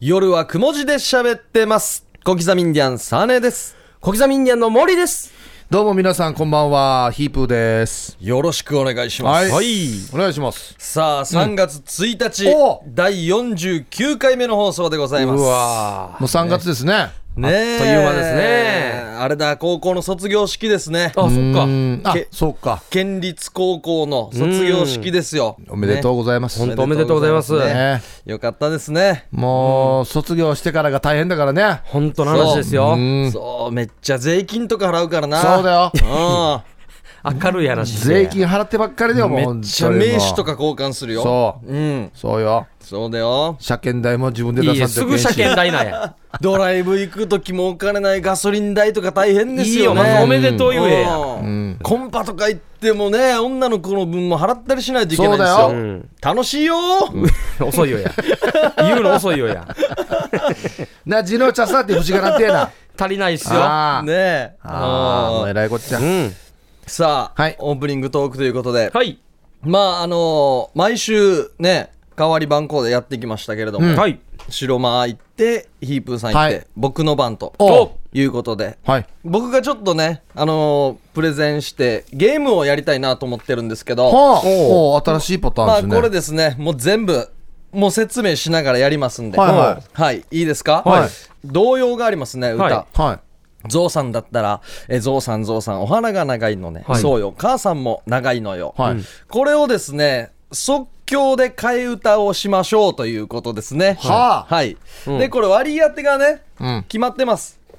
夜はくも字で喋ってます。小刻みインディアンサネです。 小刻みインディアンの森です。 どうも皆さんこんばんは、ヒープーです。 よろしくお願いします。 はい、お願いします。 さあ3月1日、第49回目の放送でございます。 うわもう3月ですね。 ねえ、 あっという間ですね。 あれだ、高校の卒業式ですね。 あ、そっか。 そうか。 県立高校の卒業式ですよ。 おめでとうございます。 本当おめでとうございます。 よかったですね。 もう卒業してからが大変だからね。 本当の話ですよ。 そう、めっちゃ税金とか払うからな。 そうだよ。 明るい話。 税金払ってばっかりだよ。もうめっちゃ名刺とか交換するよ。 そう、そうよ。 そうだよ。 車検代も自分で出さんといけんし。 すぐ車検代なんや。 ドライブ行く時もお金ない、ガソリン代とか大変ですよね。 いいよ、まずおめでとう言えや。 コンパとか行ってもね、女の子の分も払ったりしないといけないんですよ。 そうだよ。 楽しいよ。 遅いよや。言うの遅いよや。 な、地の茶さって不思議なってえな。 足りないっすよ。 ねえ。 もうえらいこっちゃ。 さあ、 はい、 オープニングトークということで、 はい。 まあ毎週ね、代わり番号でやってきましたけれども、 はい。 白間行ってヒープーさん行って、僕の番ということで、僕がちょっとね、プレゼンしてゲームをやりたいなと思ってるんですけど、 新しいパターンですね。 これですね、もう全部もう説明しながらやりますんで、いいですか。童謡がありますね、歌。ゾウさんだったら、ゾウさんお花が長いのね、そうよ母さんも長いのよ、これをですね即興で替え歌をしましょうということですね。でこれ割り当てがね、決まってます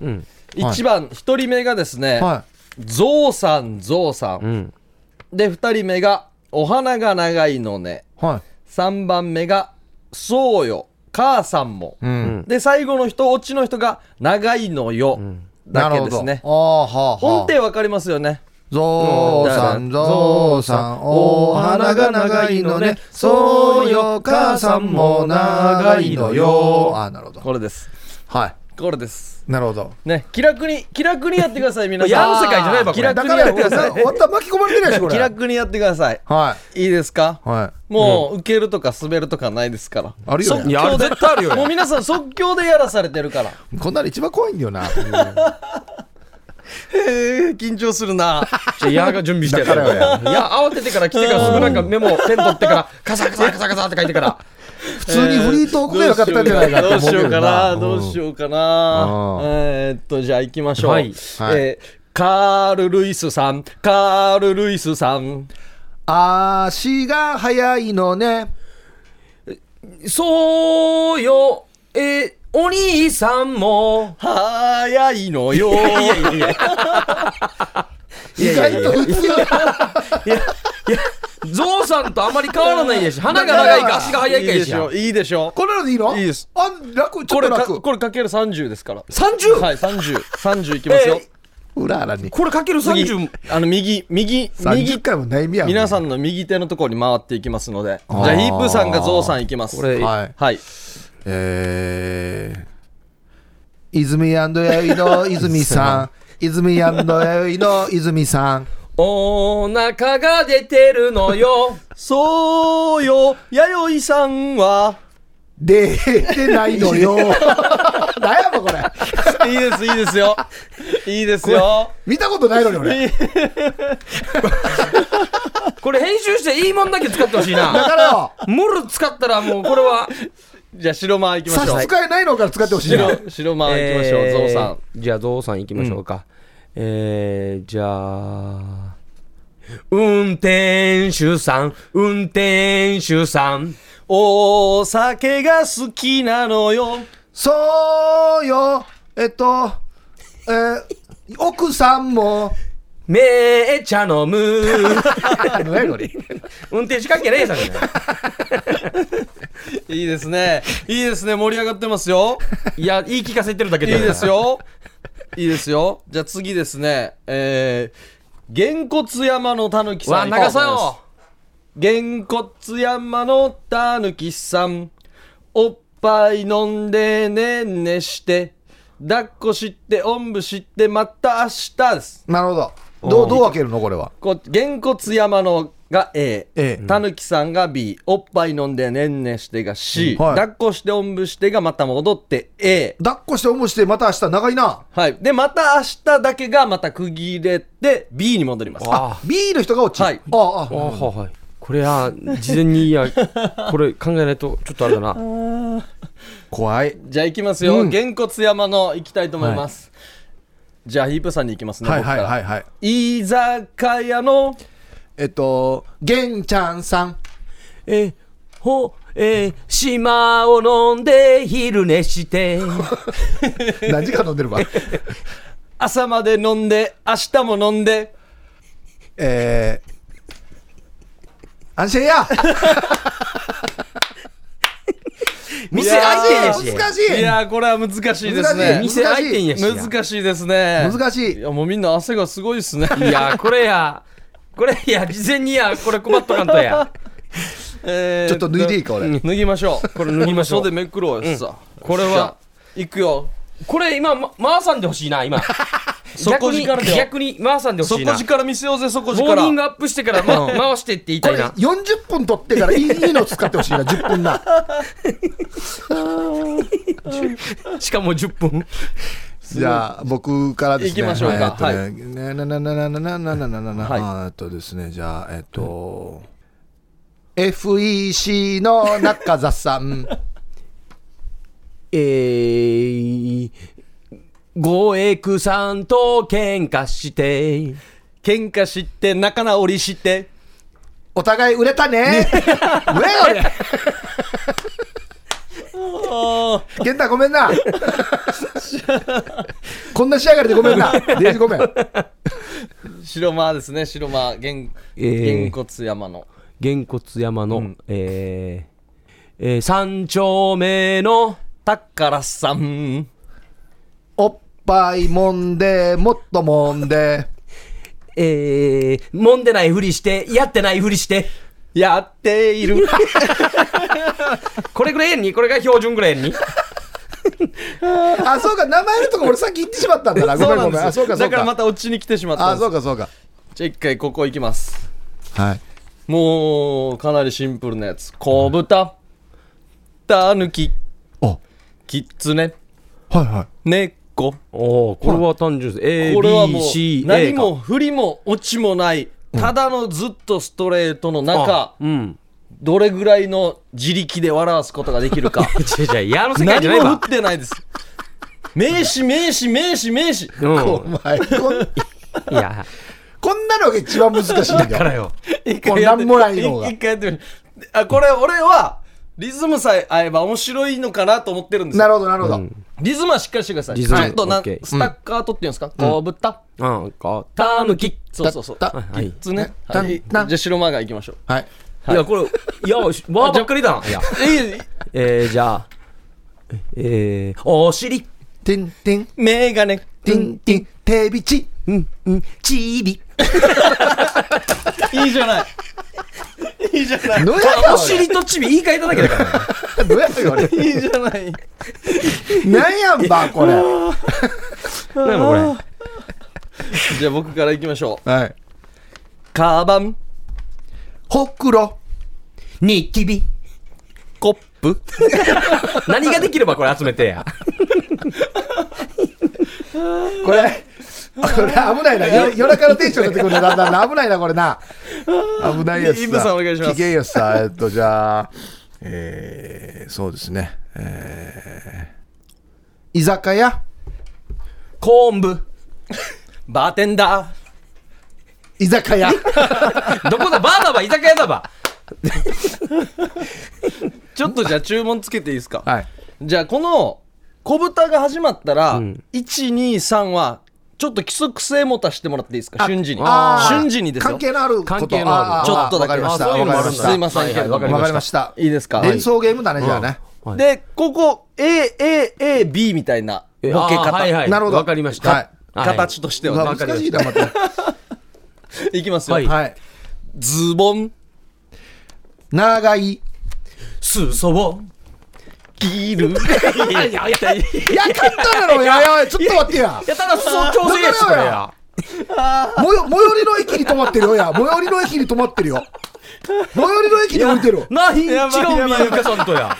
。1番1人目がですね、ゾウさんで2人目がお花が長いのね、3番目がそうよ母さんも、で最後の人オチの人が長いのよ、だけですね。音程わかりますよね。 ゾウさんお花が長いのね、そうよ母さんも長いのよ。なるほど、 これです。これです。 なるほどね、気楽にやってください皆さん。 やる世界じゃないばこれ。 気楽にやってください。 終わったら巻き込まれてないしこれ。 気楽にやってください。いいですか。もう受けるとか滑るとかないですから。 あるよね。 いや絶対あるよ。 もう皆さん即興でやらされてるから。 こんなの一番怖いんだよな。 緊張するな。 やが準備してるからや。いや慌ててから来てからすぐなんかメモペン取ってからカサカサって書いてから。 普通にフリートークが良かったんじゃないかと思うけどな。 どうしようかな。じゃあ行きましょう。カール・ルイスさん。 足が速いのね。 そうよお兄さんも早いのよ。 意外と普通。 ゾウさんとあまり変わらないでしょ。鼻が長いか足が速いかいいし。 いいでしょ。 これのでいいの？ いいです。 楽、ちょっと楽。 これかける30ですから。 30？ はい、30いきますよ。 裏腹に。 これかける30。 右 30回もない意味や。 皆さんの右手のところに回っていきますので、じゃあヒープさんがゾウさんいきます。 これ泉弥生の泉さん、泉弥生の泉さん、 お腹が出てるのよ。 そうよ弥生さんは出てないのよ。何やばこれ。 いいですよ。いいですよ。 見たことないのに俺。 これ編集していいもんだけ使ってほしいな。 だからよ。 ムル使ったらもうこれは。 じゃあ白間いきましょう。 差し支えないのから使ってほしいな。 白間いきましょう。ゾウさん。 じゃあゾウさんいきましょうか。じゃあ運転手さんお酒が好きなのよ。 そうよ奥さんもめっちゃ飲む。運転手関係ねえさんじゃない。 いいですね盛り上がってますよ。 いや言い聞かせてるだけでいいですよ。じゃあ次ですね、げんこつ山のたぬきさん。 長さよ。 げんこつ山のたぬきさん、おっぱい飲んでねんねして抱っこしておんぶしてまた明日です。 なるほど。 どう分けるのこれは。 げんこつ山のが A、たぬきさんが B、おっぱい飲んでねんねしてが C、抱っこしておんぶしてがまた戻って A。 抱っこしておんぶしてまた明日長いな。 はい。でまた明日だけがまた区切れて B に戻ります。 B の人が落ち。はい。 はい。これは事前にこれ考えないとちょっとあれだな。 怖い。 じゃあ行きますよ。げんこつ山の行きたいと思います。じゃあヒープさんに行きますね。居酒屋のげんちゃんさん、 島を飲んで昼寝して何時間飲んでるわ朝まで飲んで明日も飲んで安心や店開いてんやし。 難しい。 いやこれは難しいですね。 店開いてんやし。 難しいですね。 難しい。 いやもうみんな汗がすごいですね。 いやこれ事前にこれ配っとかんとや。 ちょっと脱いでいいか俺。 脱ぎましょう。 これ脱ぎましょう。 袖めくろうさ。 これは行くよ。 これ今回さんでほしいな今。逆に回さんでほしいな。 底力見せようぜ底力。 ウォーミングアップしてから回してって言いたいな。 40分取ってからいいの使ってほしいな。10分な。 しかも10分。 じゃあ僕からですね。 行きましょうか。 ですね。じゃあFEC の中座さん。 ゴエクさんと喧嘩して仲直りしてお互い売れたね。健太ごめんな。こんな仕上がりでごめんな。デイジごめん。 白間ですね。白間げんこつ山の三丁目のたからさん。 おっぱいもんでもっともんでもんでないふりしてやってないふりしてやっている。 これぐらいやんにこれが標準ぐらいやんに。 あ、そうか、名前のとこ俺さっき言ってしまったんだな。ごめんごめん。あ、そうかそうか。 だからまたオチに来てしまったんです。 あ、そうかそうか。 じゃあ一回ここ行きます。 はい。 もうかなりシンプルなやつ。小豚、たぬき、きつね、 はいはい。 猫。 これは単純です。A、 これはもう B、C、A 何も振りも落ちもないただのずっとストレートの中、どれぐらいの自力で笑わすことができるか。 矢の世界じゃないわ。 何も振ってないです。名詞名詞名詞名詞。 お前いやこんなのが一番難しいんだからよ。 こんなんもないのが。 一回やってみる。これ俺はリズムさえ合えば面白いのかなと思ってるんですよ。 なるほどなるほど。 リズムはしっかりしてください。ちょっとスタッカートっていうんですか。こぶった。 たぬき。 そうそうそう。きつね。じゃあ白間が行きましょう。 はい。 いやこれいやわーばっかりだな。じゃあお尻。 てんてん。 メガネ。 てんてん。手びち。 ちび。 いいじゃない。いいじゃない。 お尻とチビ言い換えただけだから。 どうやって言われる。 いいじゃない。 なんやんばこれ。 何もこれ。 じゃあ僕からいきましょう。はい。 カバン、 ほくろ、 ニキビ、 コップ。 何ができればこれ集めてや。 これ危ないな。夜中のテンションになってくるね。だんだん危ないなこれな。危ないやつさ。 イブさんお願いします。 聞けよさ。じゃあそうですね。居酒屋、 昆布、 バーテンダー、 居酒屋。 どこだバーだば居酒屋だば。 ちょっとじゃあ注文つけていいですか。 はい。 じゃあこの小豚が始まったら、1、2、3はちょっと規則性持たせてもらっていいですか。瞬時に。瞬時にですよ。 関係のあること。 関係のある。 ちょっとだけ。 わかりました。 わかりました。すいません。 わかりました。 いいですか。 連想ゲームだねじゃあね。 でここ A、B みたいなボケ方。 なるほど。 わかりました。 形としては難しいなまた。 いきますよ。 はい。 ズボン、 長い、 裾を切る。 やかっただろ。いやちょっと待ってや。 ただ裾調整やしこれや。 最寄りの駅に止まってるよ。最寄りの駅に止まってるよ。最寄りの駅に降りてる。 何違う宮ゆかさんとや。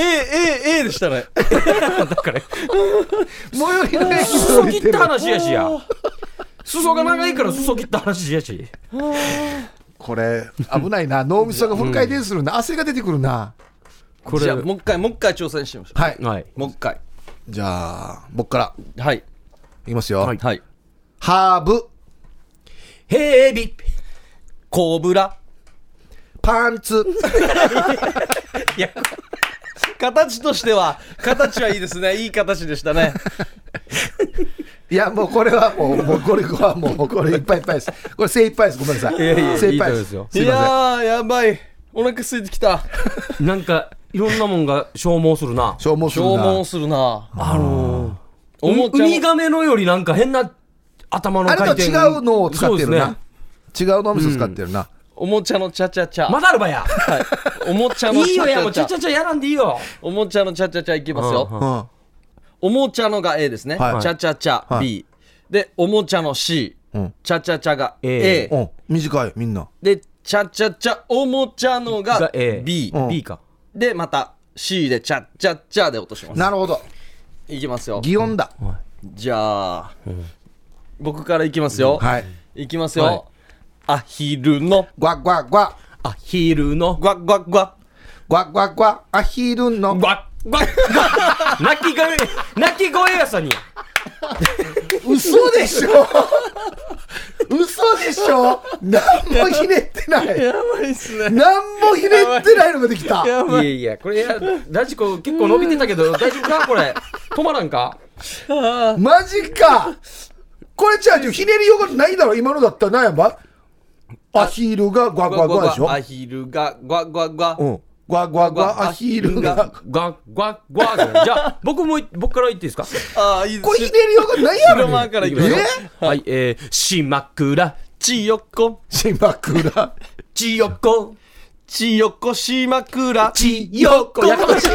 A でしたね。 だから最寄りの駅に裾降りてる切った。話やしや。裾が長いから裾切った話やし。 これ危ないな。脳みそがフル回転するな。汗が出てくるな。 これじゃあもう一回挑戦してみましょう。 はい。 はい。 もう一回。 じゃあ僕からはい。 いきますよ。 はいはい。 ハーブ、 ヘビ。 コブラ。 パンツ。 いや、 形としては、形はいいですね。いい形でしたね。 いやもうこれはもうこれはもうこれいっぱいいっぱいです。これ精一杯です。ごめんなさい。 いやいや精一杯で。 いいとこですすよすいまいやー、やばい。お腹空いてきた。 なんかいろんなもんが消耗するな。 せん。消耗するな。 消耗するな。おウもちゃミガメのよりなんか変な頭のあれと回転。 違うのを使ってるな。 そうですね。 違う脳みそ使ってるな。 おもちゃのチャチャチャ。 まだあるばや。 はい。おもちゃのチいいよや、 ャチャチャもうちゃち。ゃちゃやらんでいいよ。 おもちゃのチャチャチャいきますよ。 うんうん。 おもちゃのが A ですね。 はいチャチャチャはい B。で、おもちゃの C。 うんチャチャチャが A A。 うん。短いみんな。 で、チャチャチャおもちゃのがが A B。 うん B か。 で、また C でチャチャチャで落とします。 なるほど。 いきますよ。 擬音だ。 じゃあ、僕からいきますよ。 はい。 いきますよ。 はいアヒルのグワグワグワアヒルのグワグワグワ。 グワグワグワアヒルのグワッグワッ鳴き声やさに。 嘘でしょ。嘘でしょ。何もひねってない。 やばいっすね。 何もひねってないのができた。 いやいや、これラジコ結構伸びてたけど大丈夫かこれ。止まらんか。 マジか。これじゃあひねりようがないだろ。今のだったら何やば。アヒルがグワグワグワでしょ。 アヒルがグワグワグワ。 うん。グワグワグワアヒルが。 ガッガッガッ。じゃあ僕から言っていいですか。 ああ、いいですこれひねりようがないやろ。 白間からいきましょう。 はい島倉ちよこ。 島倉。 ちよこちよこ島倉。 ちよこやかましい。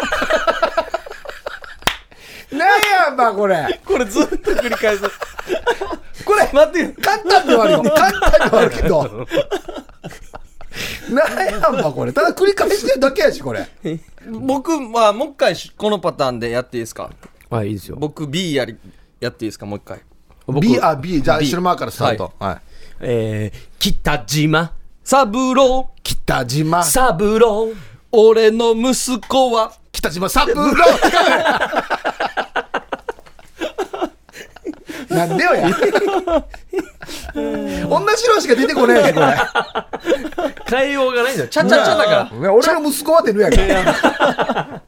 何やばこれ。 これずっと繰り返す。 これ待って。 簡単ではあるよ。簡単ではあるけど。何やばこれ。ただ繰り返してるだけやしこれ。 僕はもう一回このパターンでやっていいですか。 はいいいですよ。 僕 B やっていいですか。もう一回。 僕 B じゃあ後ろ前からスタート。はい。 北島サブロー。 北島。 サブロー俺の息子は。 北島サブロー。なんでよや。同じのしか出てこないしこれ。 変えようがないんだよ。チャチャチャだから。 俺の息子は出るやんか。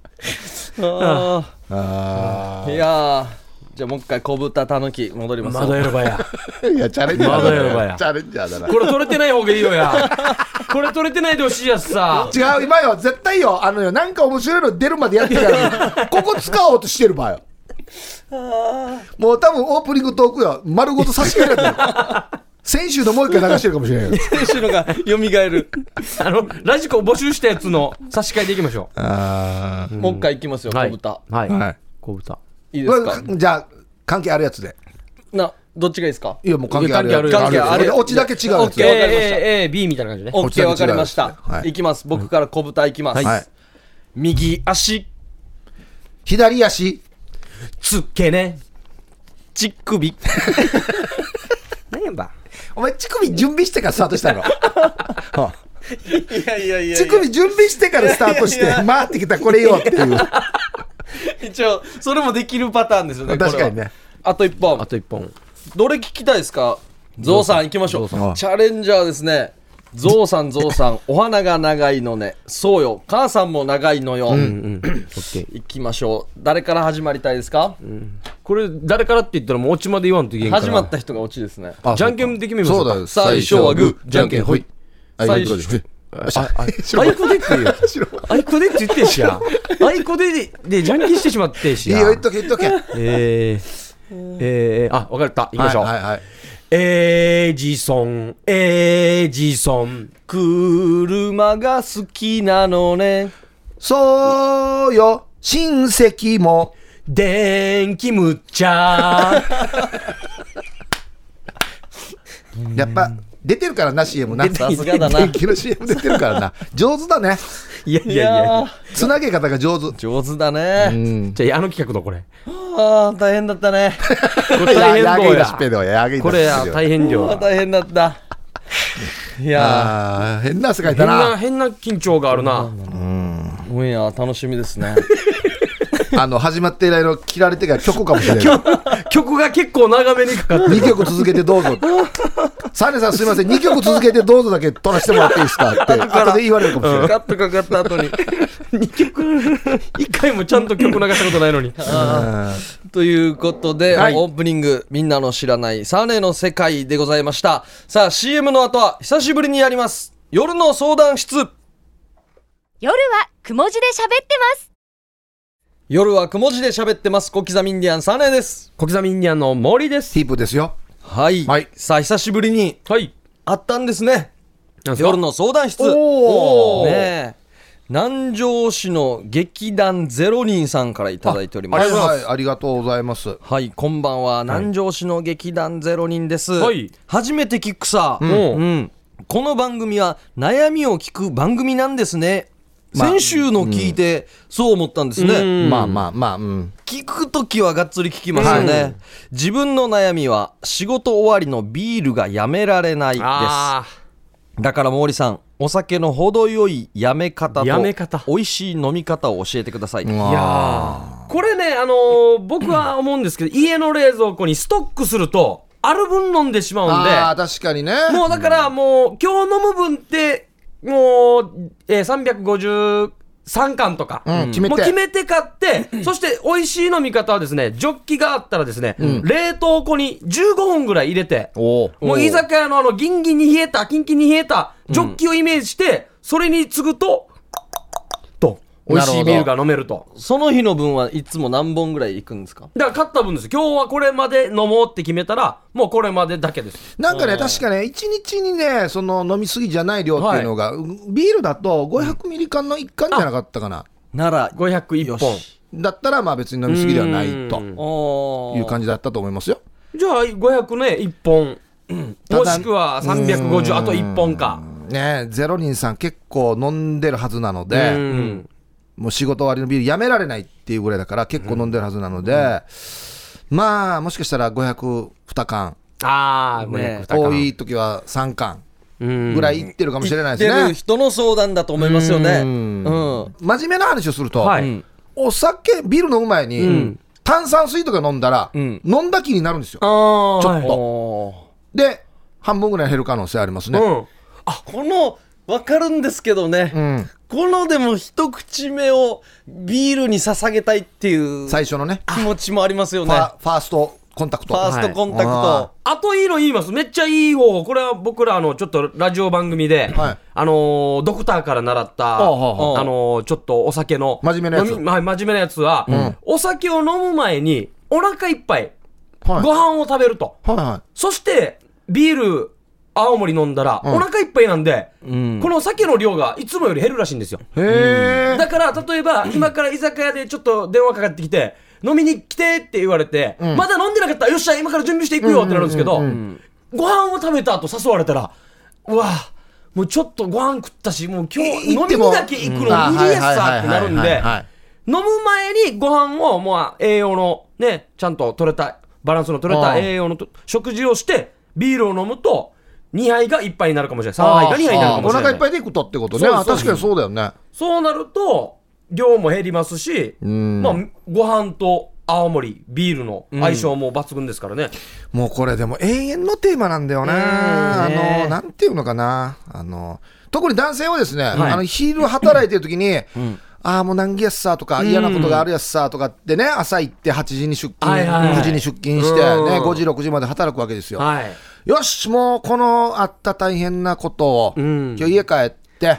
いやー、じゃあもう一回小豚たぬき戻りますよ。 まだやるばや。 いやチャレンジャーだな。 まだやるばやチャレンジャーだな。 これ取れてない方がいいよや。これ取れてないでほしいやつさ。 違う今よ絶対よなんか面白いの出るまでやってからここ使おうとしてる場合よ。もう多分オープニングトークよ丸ごと差し替えられてる。先週のもう一回流してるかもしれないよ。 先週のが蘇る。 ラジコ募集したやつの差し替えでいきましょう。 もう一回いきますよ。小豚。 はい。小豚。 いいですか。 じゃあ関係あるやつで。 どっちがいいですか。 いやもう関係あるやつ。 関係ある。 オチだけ違うやつ。 オッケーわかりました。 B みたいな感じね。 オッケーわかりましたは。いいきます。僕から小豚いきます。 はい。 右足、 左足。 つけね。 乳首。 何やんば。 お前乳首準備してからスタートしたの。 いやいやいや。 乳首準備してからスタートして回ってきたこれよっていう。 一応それもできるパターンですよね。 確かにね。 あと一本。 あと一本。 どれ聞きたいですか。ゾウさん行きましょう。チゾウさんャレンジャーですね。ゾウさんお花が長いのね。そうよ、母さんも長いのよ。 オッケー。 行きましょう。誰から始まりたいですか。 これ誰からって言ったらもうオチまで言わんといけんから。 始まった人がオチですね。 あじゃんけんで決めましょか。 そううだよ。 最初はグー、 じゃんけんほい。 最初あいこでって言う。あいこでって言ってんしや。あいこでじゃんけんしてしまってんしや。 いいよ言っとけ言っとけ。 わかった。行きましょう。 はいはい。 エジソン。 車が好きなのね。 そうよ親戚も電気むっちゃ。 やっぱ出てるからな CM な。 さすがだな。 電気の CM 出てるからな。上手だね。 いやいやいやつなげ方が上手。 上手だね。 じゃあ企画のこれああ大変だったね。 これ大変や量やこれ大変量大変だった。いや変な汗かいたな。 変な緊張があるな。 オンエア楽しみですね。 始まって以来の切られてから曲かもしれない。 曲が結構長めにかかって 2曲続けてどうぞ。サネさんすいません、2曲続けてどうぞだけ取らせてもらっていいですかって後で言われるかもしれない。 カットかかった後に 2曲1回もちゃんと曲流したことないのに。 ということで、 はいオープニングみんなの知らないサネの世界でございました。さあ CM の後は久しぶりにやります夜の相談室。 夜はくも字で喋ってます。 夜はくも字で喋ってます。小刻みインディアンサネです。 小刻みインディアンの森です。 ヒープですよ。 はい、 はいさあ久しぶりにはいあったんですね。 なんすか夜の相談室。 おーねえ南城市の劇団ゼロ人さんからいただいております。 はい、ありがとうございます。 はい、こんばんは。南城市の劇団ゼロ人です。 はい初めて聞くさ。 うんこの番組は悩みを聞く番組なんですね。先週の聞いて、そう思ったんですね。 まあ、 聞くときはがっつり聞きますよね。自分の悩みは仕事終わりのビールがやめられないです。だから毛利さん、お酒の程よいやめ方と美味しい飲み方を教えてください。 いやこれね、僕は思うんですけど、家の冷蔵庫にストックするとある分飲んでしまうんで、 確かにね。 もうだからもう今日飲む分ってもう、353缶とか、 決めてもう決めて買って、そして美味しい飲み方はですね、ジョッキがあったらですね、冷凍庫に15分ぐらい入れて、もう居酒屋のギンギンに冷えた、キンキンに冷えたジョッキをイメージして、それに継ぐと美味しいビールが飲めると。 その日の分はいつも何本ぐらいいくんですか？ だから買った分です。今日はこれまで飲もうって決めたらもうこれまでだけです。 なんかね、確かね、1日にね、その飲みすぎじゃない量っていうのが、ビールだと500ミリ缶の1缶じゃなかったかな。 なら 501本だったらまあ別に飲みすぎではないという感じだったと思いますよ。 じゃあ500ね1本、もしくは350あと1本かね。ゼロ人さん結構飲んでるはずなので、もう仕事終わりのビールやめられないっていうぐらいだから結構飲んでるはずなので、まあもしかしたら502缶、多い時は3缶ぐらいいってるかもしれないですね。 いってる人の相談だと思いますよね。 真面目な話をすると、 はいお酒ビール飲む前に、炭酸水とか飲んだら、飲んだ気になるんですよ、ちょっとで半分ぐらい減る可能性ありますね。 この分かるんですけどね、このでも一口目をビールに捧げたいっていう最初のね気持ちもありますよね。 ファーストコンタクト、 ファーストコンタクト、 あといいの言います。めっちゃいい方法。これは僕らちょっとラジオ番組で、ドクターから習ったちょっとお酒の真面目なやつ、 真面目なやつは、お酒を飲む前にお腹いっぱい、ご飯を食べると、そしてビール青森飲んだら、お腹いっぱいなんで、この酒の量がいつもより減るらしいんですよ。だから例えば今から居酒屋でちょっと電話かかってきて飲みに来てって言われて、まだ飲んでなかったらよっしゃ今から準備していくよってなるんですけど、ご飯を食べた後誘われたら、うわもうちょっとご飯食ったしもう今日飲みにだけ行くの無理やっさってなるんで、飲む前にご飯をもう栄養のねちゃんと取れたバランスの取れた栄養の食事をしてビールを飲むと2杯が1杯になるかもしれない、3杯が2杯になるかもしれない。 お腹いっぱいでいくとってことね。確かにそうだよね。 そうなると量も減りますし、まあ、ご飯と青森ビールの相性も抜群ですからね。 もうこれでも永遠のテーマなんだよな。なんていうのかな、特に男性はですね、昼働いてる時に、もう難儀やっさとか嫌なことがあるやっさとかってね、朝行って8時に出勤、9時に出勤して、ね、5時6時まで働くわけですよ。よしもうこのあった大変なことを、今日家帰って、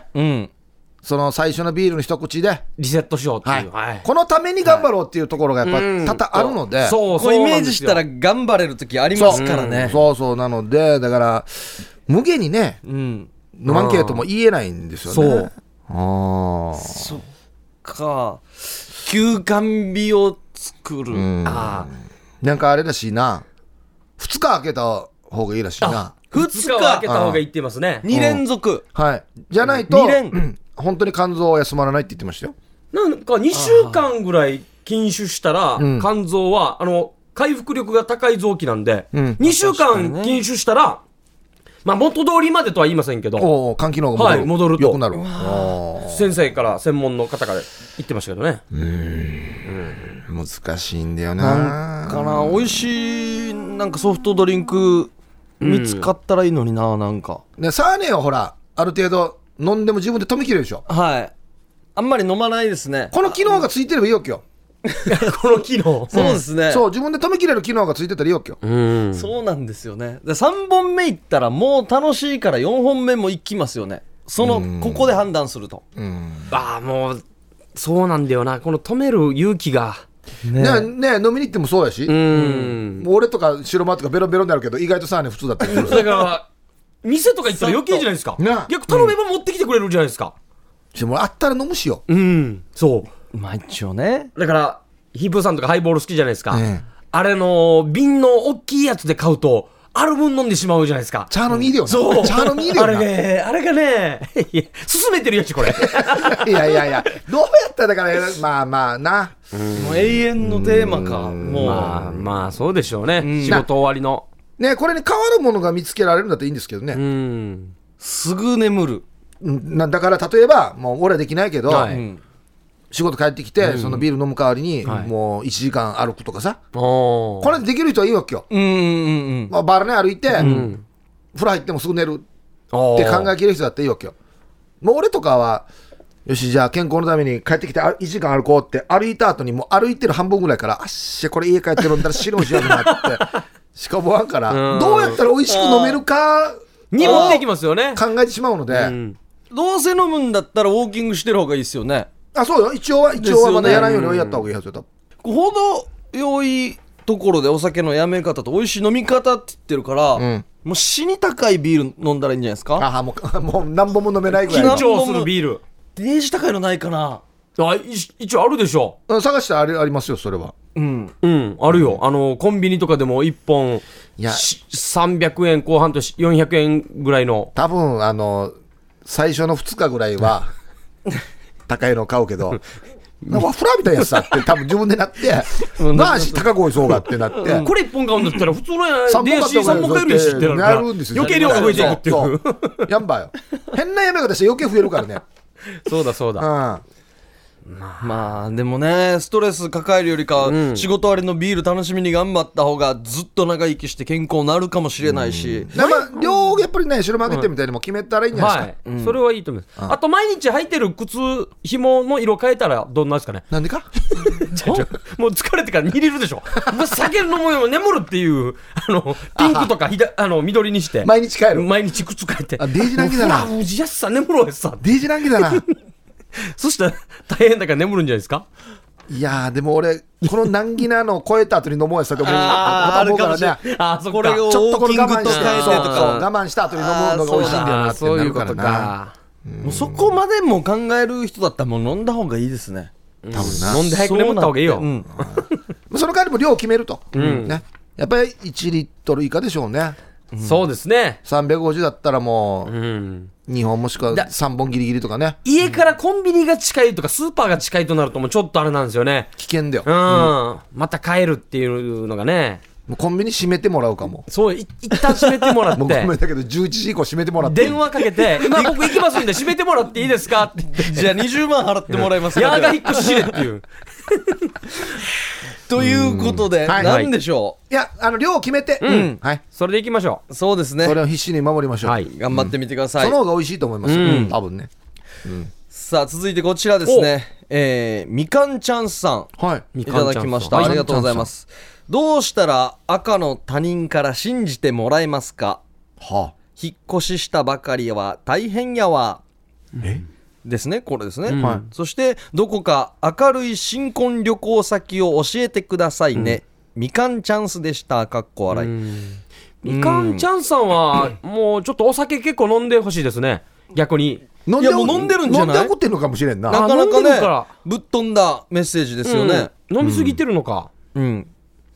その最初のビールの一口でリセットしようっていう、 このために頑張ろうっていうところがやっぱ多々あるので、 そうイメージしたら頑張れる時ありますからね。 そうなので、だから無限にね、飲まんけとも言えないんですよね。 そっか、休館日を作る。 なんかあれだしな、2日空けた方がいいらしいな。 2 2日は開けた方がいいって言いますね。 2連続、 はいじゃないと 2連本当に肝臓は休まらないって言ってましたよ。 なんか2週間ぐらい禁酒したら、肝臓は回復力が高い臓器なんで、2週間禁酒したら、まあ元通りまでとは言いませんけど、 肝機能が戻ると良くなる。 先生から専門の方から言ってましたけどね。 難しいんだよなんかな、美味しいなんかソフトドリンク見つかったらいいのにな、なんかね。サーネはほらある程度飲んでも自分で止めきれるでしょ。 はい、あんまり飲まないですね。 この機能がついてればいいわけよ。 この機能。 そうですね、 そう自分で止めきれる機能がついてたらいいわけよ。 そうなんですよね。で3本目いったらもう楽しいから4本目も行きますよね。ここで判断すると、 ああもうそうなんだよな、この止める勇気がね飲みに行ってもそうやし、もう俺とか白間とかベロベロになるけど意外とさ普通だったりする。 だから店とか行ったら余計じゃないですか。逆頼めば持ってきてくれるじゃないですか。 もうあったら飲むしよ。 そうまあ一応ね。 だからヒープーさんとかハイボール好きじゃないですか、あれの瓶の大きいやつで買うとある分飲んでしまうじゃないですか。 茶飲みいいよな。 そう茶飲みいいよな。 あれがねいや進めてるやつこれいやどうやったらだからまあな、 もう永遠のテーマか、もうまあそうでしょうね、仕事終わりのね。これに変わるものが見つけられるんだったらいいんですけどね。 すぐ眠る。 だから例えばもう俺はできないけど、仕事帰ってきて、そのビール飲む代わりに、もう1時間歩くとかさ、これできる人はいいわけよ。まあ、バールね歩いて、風呂入ってもすぐ寝るって考えきれる人だっていいわけよ。もう俺とかはよしじゃあ健康のために帰ってきて1時間歩こうって歩いた後にもう歩いてる半分ぐらいからあっしこれ家帰って飲んだら白しやるなってしか思わんからどうやったら美味しく飲めるかに持っていきますよね。 考えてしまうので、 どうせ飲むんだったらウォーキングしてる方がいいですよね。 そうよ一応はまだやらんようにやった方がいいはずよ。 ほど良いところでお酒のやめ方と美味しい飲み方って言ってるから、もう死に高いビール飲んだらいいんじゃないですか。 もう何本も飲めないぐらい緊張するビールデージ高いのないかな。 一応あるでしょ。 探してありますよそれは。 あるよ。コンビニとかでも1本300円後半と400円ぐらいの。 多分最初の2日ぐらいは高いの買うけどフラみたいなやつさって多分自分でなってなあし高くそうがってなってこれ1本買うんだったら普通の電子3本買えるしってなるから余計量が増えていくっていうやんばよ。変なやめ方して余計増えるからね。 そうだ、 まあでもねストレス抱えるよりか、仕事終わりのビール楽しみに頑張った方がずっと長生きして健康になるかもしれないし、 量やっぱりね白曲げてみたいにも決めたらいいんじゃないですか。 それはいいと思います。あと毎日履いてる靴紐の色変えたらどんなんですかね。 なんでかもう疲れてから煮れるでしょ。酒飲むよ眠るっていうピンクとか緑にして毎日変える。 毎日靴変えてデージ難儀だな。 うじやすさ眠ろうやさデージ難儀だな。 そしたら大変だから眠るんじゃないですか。 いやーでも俺この難儀なのを超えた後に飲もうやさって思うからね。 これをちょっとこの我慢して我慢した後に飲むのが美味しいんだよなってなるからな。 もうそこまでも考える人だったらもう飲んだ方がいいですね。 多分な飲んで早く眠った方がいいよ。 その代わりも量を決めるとね。やっぱり1リットル以下でしょうね。 そうですね。 350だったらもう2本もしくは3本ギリギリとかね。 家からコンビニが近いとかスーパーが近いとなるともうちょっとあれなんですよね。 危険だよ。 また帰るっていうのがね。 もうコンビニ閉めてもらうかも。 そう一旦閉めてもらってもうごめんだけど11時以降閉めてもらって電話かけて今僕行きますんで閉めてもらっていいですかって言ってじゃあ20万払ってもらいますやが引っ越ししれっていうということで何でしょう。いや量を決めてそれでいきましょう。そうですね。 それを必死に守りましょう。 頑張ってみてください。 その方が美味しいと思います多分ね。 さあ続いてこちらですね。みかんちゃんさんいただきました。ありがとうございます。どうしたら赤の他人から信じてもらえますか。引っ越ししたばかりは大変やわですね。これですね。そしてどこか明るい新婚旅行先を教えてくださいね。みかんチャンスでした。かっこ笑い。 みかんちゃんさんはもうちょっとお酒結構飲んでほしいですね。逆にいやもう飲んでるんじゃない。 飲んで怒ってるのかもしれんな。 なかなかねぶっ飛んだメッセージですよね。 飲みすぎてるのか。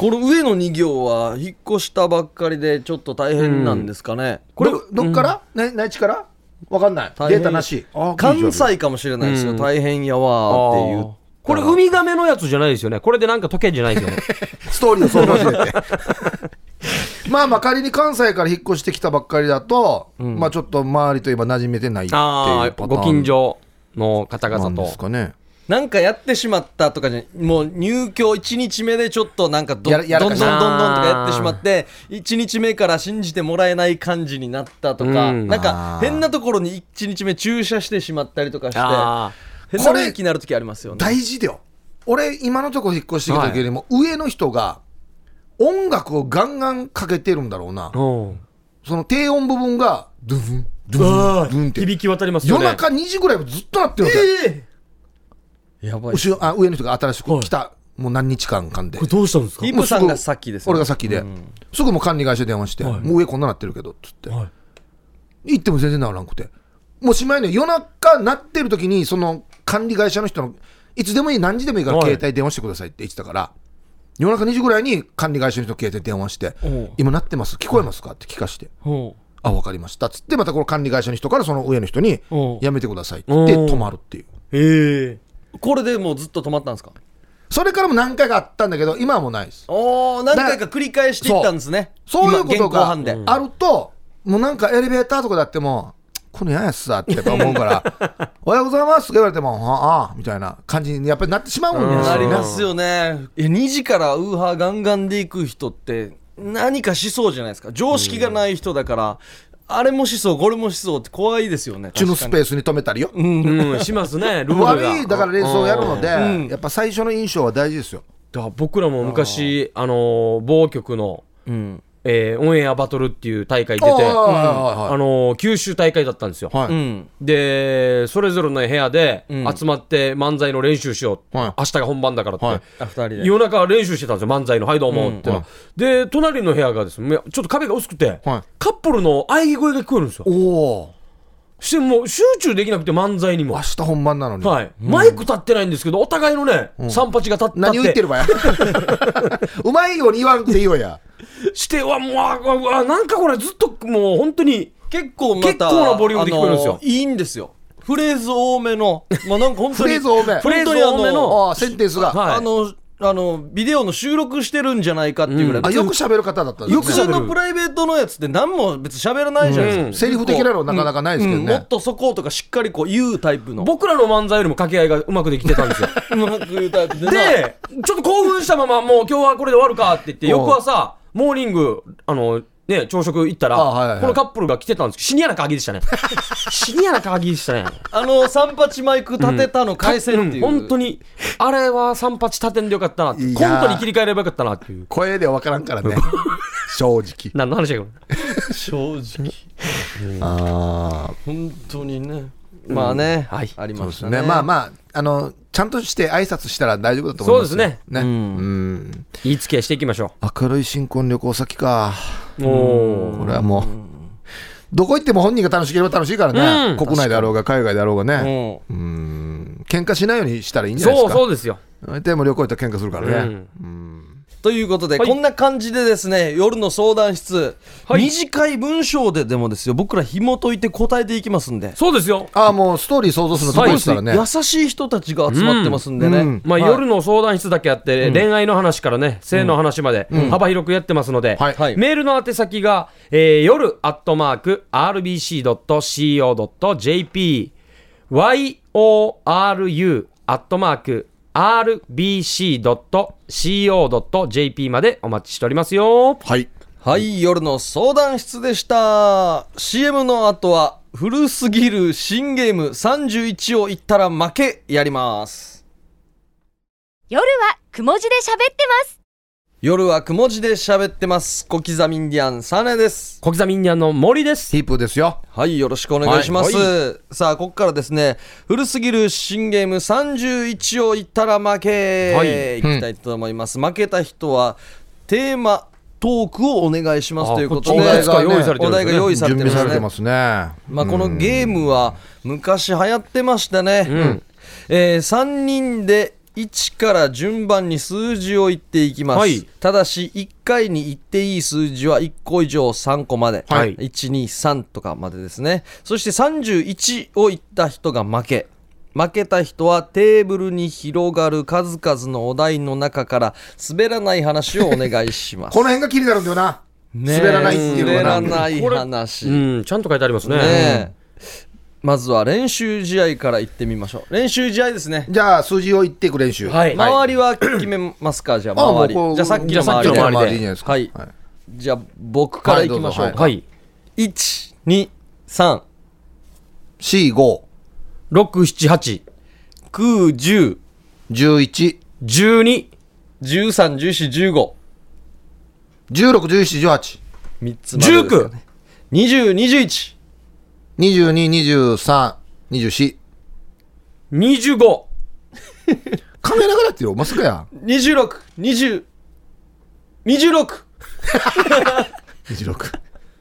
この上の2行は引っ越したばっかりでちょって大変なんですかね、 これどっから、内地からわかんない、データなし。 関西かもしれないですよ、大変やわっていう。 これウミガメのやつじゃないですよね。これでなんか時計じゃないですよねストーリーを想像しててまあ仮に関西から引っ越してきたばっかりだと、まあちょっと周りといえば馴染めてないっていうパターン、 ご近所の方々となんですかね。 なんかやってしまったとかじゃ、もう入居1日目でちょっとなんかどんどんとかやってしまって1日目から信じてもらえない感じになったとか、なんか変なところに1日目駐車してしまったりとかして変な雰囲気になる時ありますよね。 大事だよ。俺今のところ引っ越してきた時よりも、上の人が音楽をガンガンかけてるんだろうな。その低音部分がドゥンドゥンドゥンって響き渡りますよね。 夜中2時ぐらいもずっとなってるわけ。 やばい。 上の人が新しく来た、もう何日間かんで。 これどうしたんですか。 ヒープさんがさっきです、ね、 俺がさっきで、すぐもう管理会社電話して、もう上こんななってるけどっつって、行っても全然治らなくて、もうしまいに夜中なってる時にその管理会社の人のいつでもいい何時でもいいから携帯電話してくださいって言ってたから、夜中2時ぐらいに管理会社の人の携帯電話して、今なってます聞こえますかって聞かして、あ分かりましたっつって、またこの管理会社の人からその上の人にやめてくださいって言って止まるっていう。 へえ。これでもうずっと止まったんですか。 それからも何回かあったんだけど今はもうないです。 何回か繰り返していったんですね。 そういうことがあると、もうなんかエレベーターとかであってもこのややつさって思うからおはようございますって言われてもああみたいな感じにやっぱりなってしまうんですよね。 なりますよね。2時からウーハーガンガンで行く人って何かしそうじゃないですか。常識がない人だから、あれもしそうこれもしそうって怖いですよね。 中のスペースに止めたりよ、 しますね。ルールが悪いだから連想をやるので、やっぱ最初の印象は大事ですよ。 だから僕らも昔某局の、オンエアバトルっていう大会出て、九州大会だったんですよ、でそれぞれの部屋で集まって漫才の練習しよう、明日が本番だからって、2人で夜中練習してたんですよ、漫才のはいどうもって、で隣の部屋がですねちょっと壁が薄くて、カップルの喘ぎ声が聞こえるんですよ。してもう集中できなくて、漫才にも明日本番なのに、 マイク立ってないんですけど、お互いのね三八が立って、 何言ってるばやうまいように言わんくていいよやしてもうなんかこれずっともう本当に結構なボリュームで聞こえるんですよ。 いいんですよ。フレーズ多めの、なんか本当にフレーズ多めのセンテンスが、 ビデオの収録してるんじゃないかっていうぐらい、 よく喋る方だったんですね。 普通のプライベートのやつって何も別に喋らないじゃないですか。 セリフ的なのなかなかないですけどね、 もっとそことかしっかりこう言うタイプの。 僕らの漫才よりも掛け合いがうまくできてたんですようまく言うタイプででちょっと興奮したまま、もう今日はこれで終わるかって言って、翌朝モーニング朝食行ったら、このカップルが来てたんですけど、シニアな鍵でしたねシニアな鍵でしたね。 三八マイク立てたの回線っていう、 本当にあれは三八立てんでよかったなって、コントに切り替えればよかったなっていう。 声では分からんからね正直何の話だよ正直本当にね、まあね、ありましたね。 まあちゃんとして挨拶したら大丈夫だと思います。 そうですね。言いつけしていきましょう。 明るい新婚旅行先か。これはもうどこ行っても本人が楽しければ楽しいからね、国内であろうが海外であろうがね。喧嘩しないようにしたらいいんじゃないですか。 そうですよ。 でも旅行行ったら喧嘩するからね。 ということで、こんな感じでですね、夜の相談室、短い文章ででもですよ、僕ら紐解いて答えていきますんで。 そうですよ。 もうストーリー想像するのとこですからね。 優しい人たちが集まってますんでね。 夜の相談室だけあって、恋愛の話からね、性の話まで幅広くやってますので、メールの宛先が、夜@rbc.co.jp yoru@rbc.co.jp までお待ちしておりますよ。 はい、夜の相談室でした。 CM の後は古すぎる新ゲーム31を言ったら負けやります。 夜はくも字で喋ってます。 夜はくも字で喋ってます。小刻みインディアンサネです。 小刻みインディアンの森です。 ヒープですよ。 はい、よろしくお願いします。さあ、ここからですね、古すぎる新ゲーム31を言ったら負け、いきたいと思います。負けた人はテーマトークをお願いしますということで、お題が用意されてますね。このゲームは昔流行ってましたね。3人で 1から順番に数字を言っていきます、はい、ただし1回に言っていい数字は1個以上3個まで、はい、123とかまでですね。そして31を言った人が負けた人はテーブルに広がる数々のお題の中から滑らない話をお願いしますこの辺が気になるんだよな、ね、滑らないっていうのが滑らない話、 ちゃんと書いてあります ね。 まずは練習試合から行ってみましょう。練習試合ですね。 じゃあ数字を言っていく練習、 はい、周りは決めますか。じゃあ周りじゃあさっきの周りで、 周りでいいんじゃないですか。 はい、じゃあ僕から行きましょうか。はい、1、2、3、 4、5、 6、7、8、 9、10、 11、 12、 13、14、15、 16、17、18、 3つまでですかね。20、21、 22、23、24、 25 考えながらやってよ、まさかや。 26、20、26 26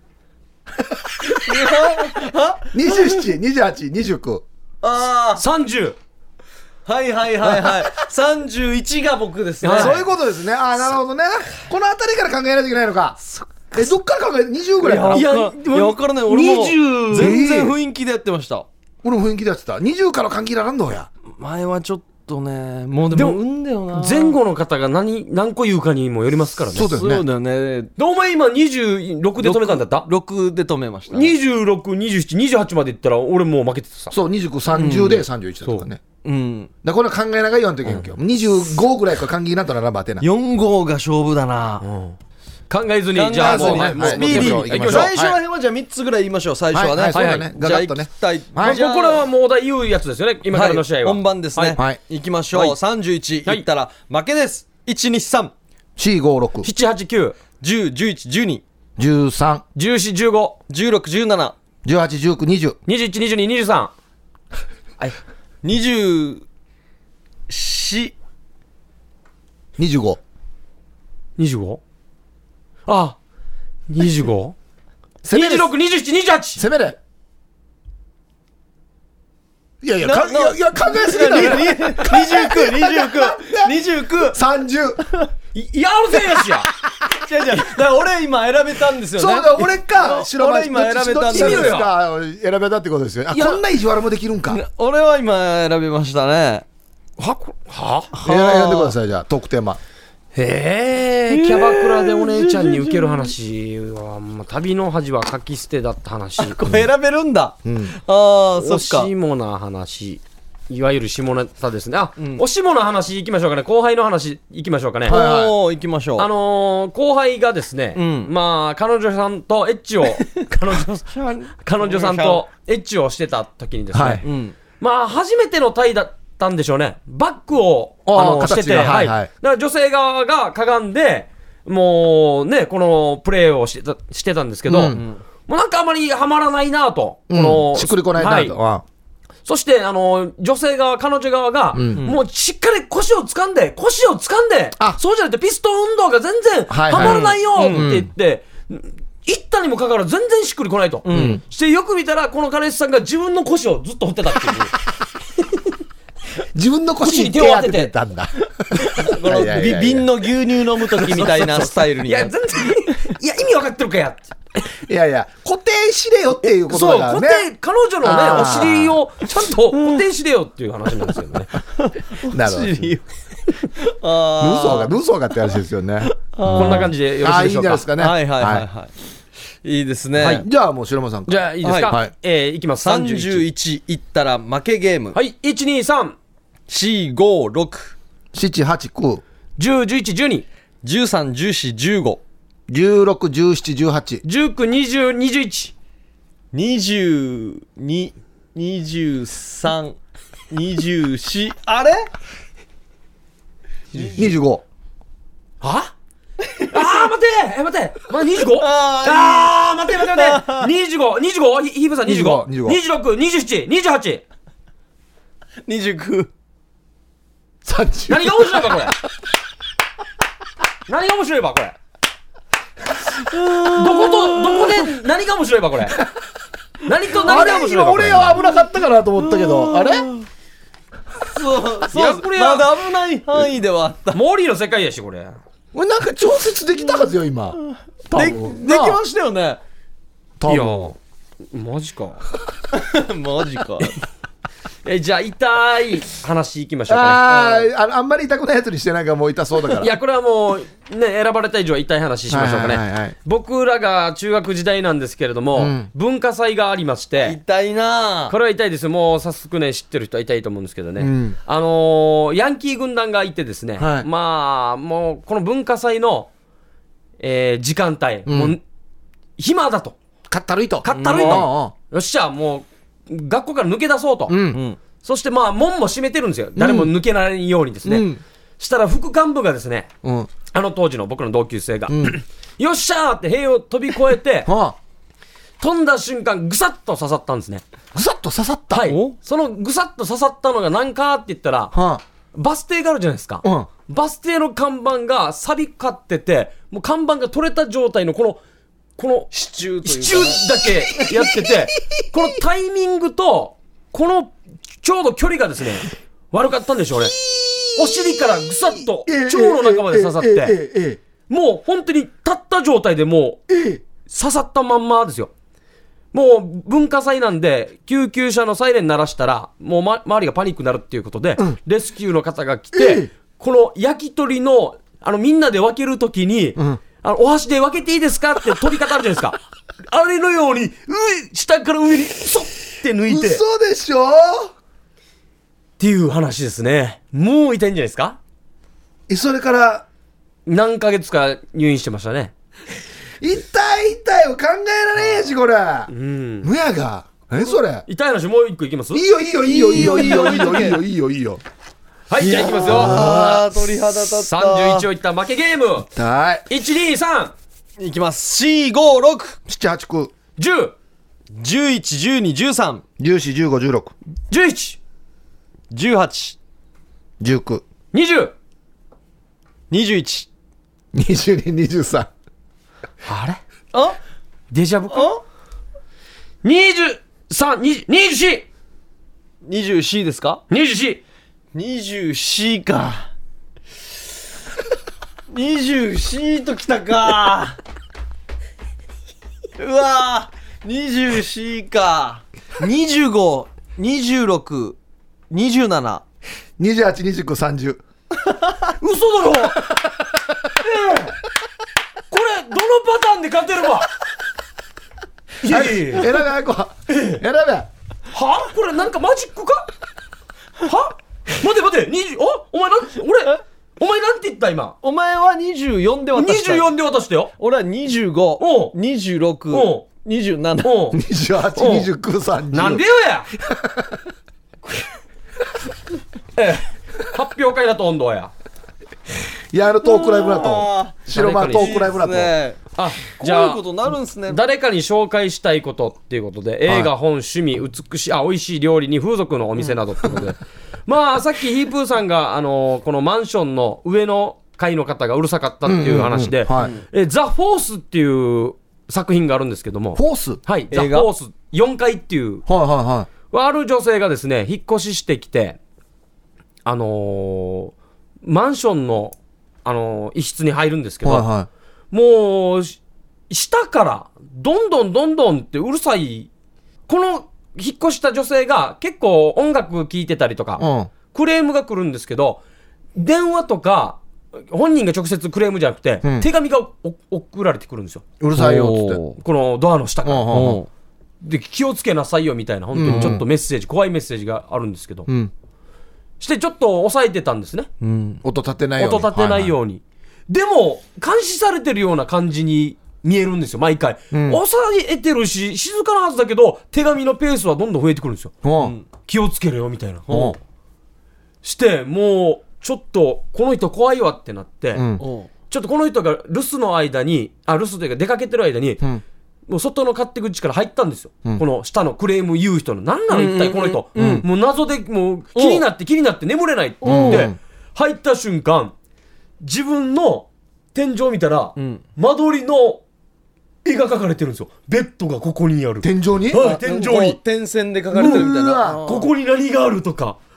27、28、29、 30。 はいはいはいはい31が僕ですね、はい、 そういうことですね。ああ、なるほどね。このあたりから考えないといけないのか。どっから考え、20ぐらいかな。 いや分からない。俺も全然雰囲気でやってました。 俺も雰囲気でやってた。20から関係ならんのや。 前はちょっとね、もうでもうんだよな。 前後の方が何個言うかにもよりますからね。 そうだよね。 そうだよね。 お前今26で止めたんだった 6で止めました、ね、 26、27、28までいったら俺もう負けてたさ。 そう、29、30で31だとかね。うん。だからこれ考えながら言わんといけんけど、25ぐらいから関係なったらバテな。 4号が勝負だな。 考えずに、じゃあもうスピーディーに最初らへんはじゃあ3つぐらい言いましょう。最初はね。 はいはいはい。 じゃあ行きたい。 これはもうお題言うやつですよね。今からの試合は。 本番ですね。行きましょう。31言ったら負けです。1、2、3、 4、5、6、 7、8、9、 10、11、12、 13、 14、15、 16、17、 18、19、20、 21、22、23、 24、 25、 25？あ、25？ 26、27、28！ 攻めれ。いやいや、考えすぎだよ。 29、 30。 いやるぜよしや。 違う。だから俺今選べたんですよね。 そうだ、俺か白俺今選べたんですよ。 選べたってことですよ。あ、こんな意地悪もできるんか。 俺は今選びましたね。 選んでください。じゃあトークテーマ。 キャバクラでお姉ちゃんに受ける話は、旅の恥は書き捨てだった話。 これ選べるんだ。 そっか。おしもな話、いわゆる下ネタですね。おしもの話いきましょうかね。後輩の話いきましょうかね。 行きましょう。 後輩がですね、彼女さんとエッチを彼女さんとエッチをしてた時にですね、初めてのタイだったんでしょうね。バックをしてて、だから女性側がかがんで、もうね、このプレーをしてたんですけど、もうなんかあまりはまらないなと、 しっくりこないなと。 そして女性側、彼女側が、もうしっかり腰を掴んで、そうじゃないとピストン運動が全然はまらないよって言って、行ったにもかかわらず全然しっくりこないと。してよく見たら、この彼氏さんが自分の腰をずっと振ってたっていう。 自分の腰に手を当ててたんだ。 瓶の牛乳飲むときみたいなスタイルに。 いや、全然、いや、意味分かってるかや。 いやいや、固定しれよっていうことだからね。 そう、彼女のね、お尻をちゃんと固定しれよっていう話なんですよね。 なるほど。ルソーがって話ですよね。 こんな感じでよろしいでしょうか。 いいんじゃないですかね。 いいですね。 じゃあもう白間さん。 じゃあいいですか。いきます。 31いったら負けゲーム。 はい、1、2、3、 4、5、6、 7、8、9、 10、11、12、 13、14、15、 16、17、18、 19、20、21、 22、23、24、あれ 25。 は待てまだ 25？ 待て25、ヒープさん25、26、27、28、 29、 30。 何が面白いかこれ。何が面白いかこれ。どこで何が面白いかこれ。何と何が面白いかこれ。 俺は危なかったかなと思ったけど、あれそうこれまだ危ない範囲ではあった。 モーリーの世界やしこれ。 これなんか調節できたはずよ今。 できましたよね。 いやマジかマジか。 じゃあ痛い話いきましょうかね。あんまり痛くないやつにしてなんかもう痛そうだから。 いやこれはもうね選ばれた以上は痛い話しましょうかね。僕らが中学時代なんですけれども、文化祭がありまして。 痛いな。 これは痛いです。もう早速ね知ってる人は痛いと思うんですけどね、ヤンキー軍団がいてですね、まあもうこの文化祭の、時間帯、もう暇だと。 かったるいと。 よっしゃもう学校から抜け出そうと、そしてまあ門も閉めてるんですよ、誰も抜けないようにですね、したら副幹部がですね、あの当時の僕の同級生が、よっしゃーって塀を飛び越えて、飛んだ瞬間ぐさっと刺さったんですね。 ぐさっと刺さった。 はい。そのぐさっと刺さったのが何かって言ったら、バス停があるじゃないですか、バス停の看板が錆びかってて、もう看板が取れた状態のこの支柱というか、 支柱だけやっててこのタイミングとこのちょうど距離がですね悪かったんでしょうね。お尻からぐさっと腸の中まで刺さって、もう本当に立った状態でもう刺さったまんまですよ。もう文化祭なんで救急車のサイレン鳴らしたらもう、周りがパニックになるっていうことで、レスキューの方が来て、この焼き鳥のみんなで分けるときに、お箸で分けていいですかって取り方あるじゃないですか。あれのように下から上にそって抜いて、 嘘でしょっていう話ですね。もう痛いんじゃないですか。 それから何ヶ月か入院してましたね。 痛いよ、考えられんやしこれ。むやが何それ。 痛い話もう一個いきます。 いいよ。 はい、じゃあいきますよ。 鳥肌立った。 31をいった負けゲーム。1、2、3 いきます。4、5、6、 7、8、9、 10、 11、12、13、 14、15、16、 11、 18、 19、 20、 21、 22、23。 あれデジャブか。23、24、 24ですか。24か。24ときたか。うわー、24か。25、26、27、 28、29、30。 嘘だろ。これどのパターンで勝てるわ。いやいや、 選べ早く選べ。 はこれなんかマジックか。は待てお前なんて言った今。 お前は24で渡した。 24で渡したよ。 俺は25、26、27、 28、29、30。 なんでよや。発表会だと温度や。 いや、トークライブだと白間トークライブだと。 じゃあこういうことなるんすね。 誰かに紹介したいことっていうことで、映画、本、趣味、美しい美味しい料理に風俗のお店などってことで、まあさっきヒープーさんがこのマンションの上の階の方がうるさかったっていう話で、ザ・フォースっていう作品があるんですけども。 フォース、 はい、ザ・フォース4階っていう、ある女性がですね引っ越ししてきて、マンションの一室に入るんですけど、もう下からどんどんってうるさい。この引っ越した女性が結構音楽聴いてたりとか、クレームが来るんですけど、電話とか本人が直接クレームじゃなくて、手紙が送られてくるんですよ。 うるさいよっつって、 このドアの下から、で気をつけなさいよみたいな、本当にちょっとメッセージ、怖いメッセージがあるんですけど、してちょっと抑えてたんですね、 音立てないように。 でも監視されてるような感じに見えるんですよ毎回、抑えてるし静かなはずだけど手紙のペースはどんどん増えてくるんですよ、気をつけろよみたいな、してもうちょっとこの人怖いわってなって、ちょっとこの人が留守の間に留守というか出かけてる間に、もう外の勝手口から入ったんですよ、この下のクレーム言う人の。何なの一体この人、もう謎でもう気になって眠れないって言って、入った瞬間自分の天井見たら、間取りの絵が描かれてるんですよ。ベッドがここにある。 天井に、 天井に点線で描かれてるみたいな。 ここに何があるとか、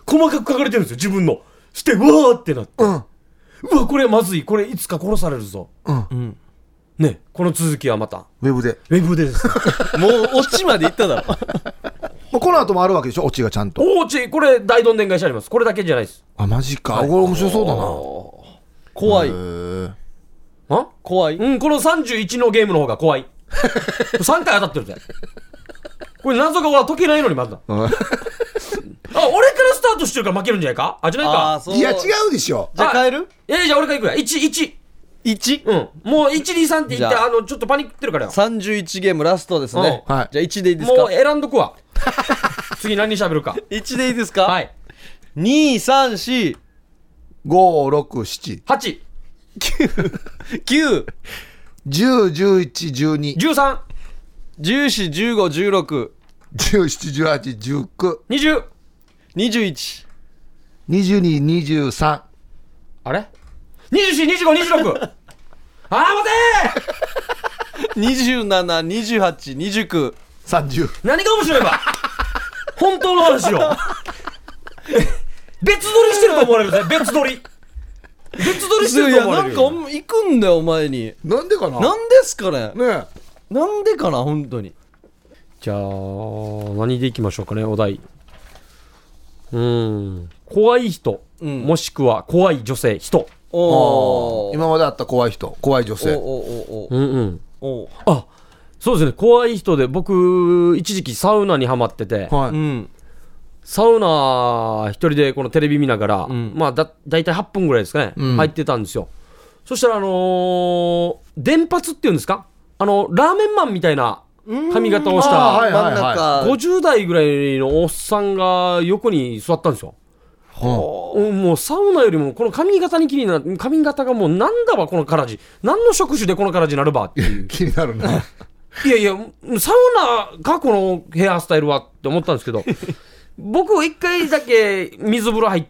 細かく書かれてるんですよ、自分の。して、うわーってなって。うわ、これまずい。これいつか殺されるぞ。ね、この続きはまた。 ウェブでです。 もうオチまでいっただろ。 この後もあるわけでしょ、オチがちゃんと。 オチ、これ大どんでん返しあります。これだけじゃないです。 あ、マジか。これ面白そうだな。 怖い。怖い。 この31のゲームの方が怖い。3回当たってるぜ。これ謎が解けないのにまだ。俺からスタートしてるから負けるんじゃないか。じゃないか。 いや違うでしょ。 じゃあ変える？ じゃあ俺からいくや。1。もう1、2、3って言って、ちょっとパニックってるからよ。 31ゲームラストですね。じゃあ1でいいですか？ もう選んどくわ。次何喋るか。 1でいいですか？ はい。 2、3、4、 5、6、7、 8、 9、 10、11、12、 13、 14、15、16、 17、18、19、 20、 21、 22、23。 あれ ?24、25、26。待て27、28、29、 30。 何が面白いば本当の話よ。別撮りしてると思われるぜ。別撮りしてると思われる。 いや、なんか行くんだよ、お前に。 なんでかな。 なんですかね。 ねえ。なんでかな、本当に。 じゃあ、何でいきましょうかね、お題。怖い人、もしくは怖い女性、人。 今まであった怖い人、怖い女性。 そうですね、怖い人で、僕、一時期サウナにハマってて、サウナ一人でこのテレビ見ながら、まあだいたい8分ぐらいですかね、入ってたんですよ。そしたら電髪っていうんですか、ラーメンマンみたいな髪型をした50代ぐらいのおっさんが横に座ったんですよ。もうサウナよりもこの髪型に気になる。髪型がもうなんだわこのカラジ、何の職種でこのカラジになるばっていう気になるな。 いやサウナかこのヘアスタイルはって思ったんですけど僕一回だけ水風呂入って、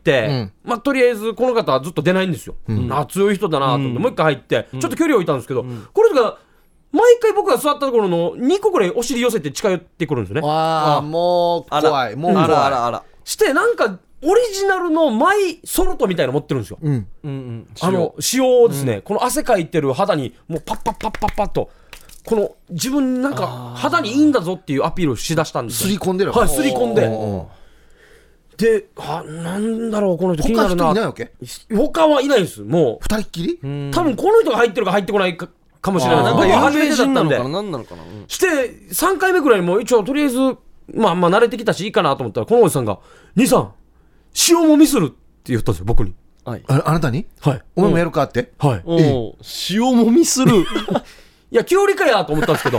まあとりあえずこの方はずっと出ないんですよ。強い人だなと思って、もう一回入ってちょっと距離を置いたんですけど、これが毎回僕が座ったところの2個ぐらいお尻寄せて近寄ってくるんですよね。 もう怖い。もう怖い。 してなんかオリジナルのマイソルトみたいなの持ってるんですよ。塩ですね、この汗かいてる肌にもうパッパッパッパッパッとこの自分なんか肌にいいんだぞっていうアピールをしだしたんですよ。 すり込んでる。 はい、すり込んで。で、なんだろうこの人気になるな。 他人いないわけ？ 他はいないんです。もう二人っきり？ 多分この人が入ってるか入ってこないかもしれない。 なんか初めてだったんで。 して3回目ぐらいにもう一応とりあえずまあ慣れてきたしいいかなと思ったら、このおじさんが兄さん塩もみするって言ったんですよ、僕に。 あなたに？ はい。 お前もやるかって？ はい。 塩もみする。 いや、清理かやと思ったんですけど。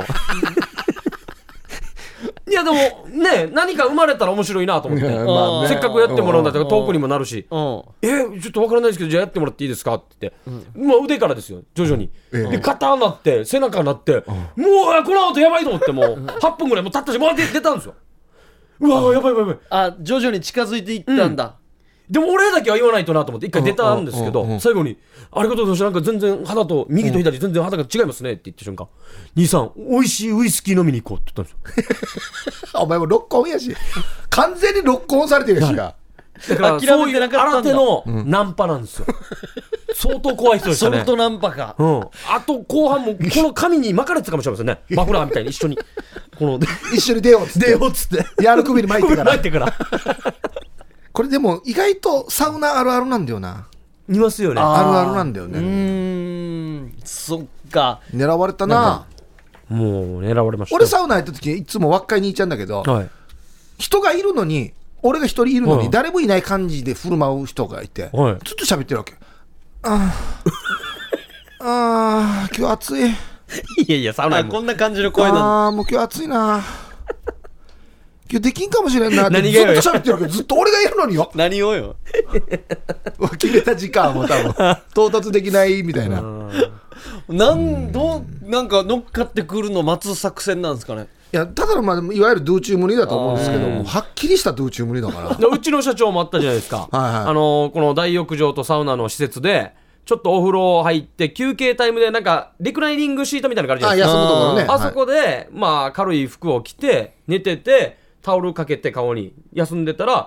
いや、でも、ね、何か生まれたら面白いなと思って。せっかくやってもらうんだったらトークにもなるし。ちょっとわからないですけど、じゃあやってもらっていいですかって言って。もう腕からですよ、徐々に。で、肩になって、背中になって、もう、この後やばいと思って、もう、8分ぐらいもう経ったし、もう出たんですよ。うわやばい。 徐々に近づいていったんだ。 でも俺だけは言わないとなと思って一回出たんですけど、最後にありがとうございます、なんか全然肌と右と左全然肌が違いますねって言った瞬間、兄さん美味しいウイスキー飲みに行こうって言ったんですよ。 お前もロックオンやし、完全にロックオンされてるしや。 だからそういう新手のナンパなんですよ。相当怖い人でしたね。 ソルトナンパか。 あと後半もこの髪に巻かれてたかもしれませんね。マフラーみたいに一緒にこの一緒に出ようっつってやる首に巻いてからこれでも意外とサウナあるあるなんだよな。 いますよね。 あるあるなんだよね。 そっか。 狙われたな。 もう狙われました。 俺サウナ入った時いつも若い兄ちゃんだけど、人がいるのに俺が一人いるのに誰もいない感じで振る舞う人がいて、ずっと喋ってるわけ。今日暑い。 いやサウナこんな感じの声なんだ。 もう今日暑いな。今日できんかもしれんなってずっと喋ってるわけ。ずっと俺がいるのによ。 何をよ。 決めた時間も多分到達できないみたいな。 なんか乗っかってくるの待つ作戦なんですかね。 いやただのまあいわゆるドゥーチュー無理だと思うんですけど、もうはっきりしたドゥーチュー無理だから。 うちの社長もあったじゃないですか。この大浴場とサウナの施設でちょっとお風呂入って休憩タイムでなんかリクライニングシートみたいなのがあるじゃないですか。 休むところね。 あそこでまあ軽い服を着て寝ててタオルかけて顔に休んでたら、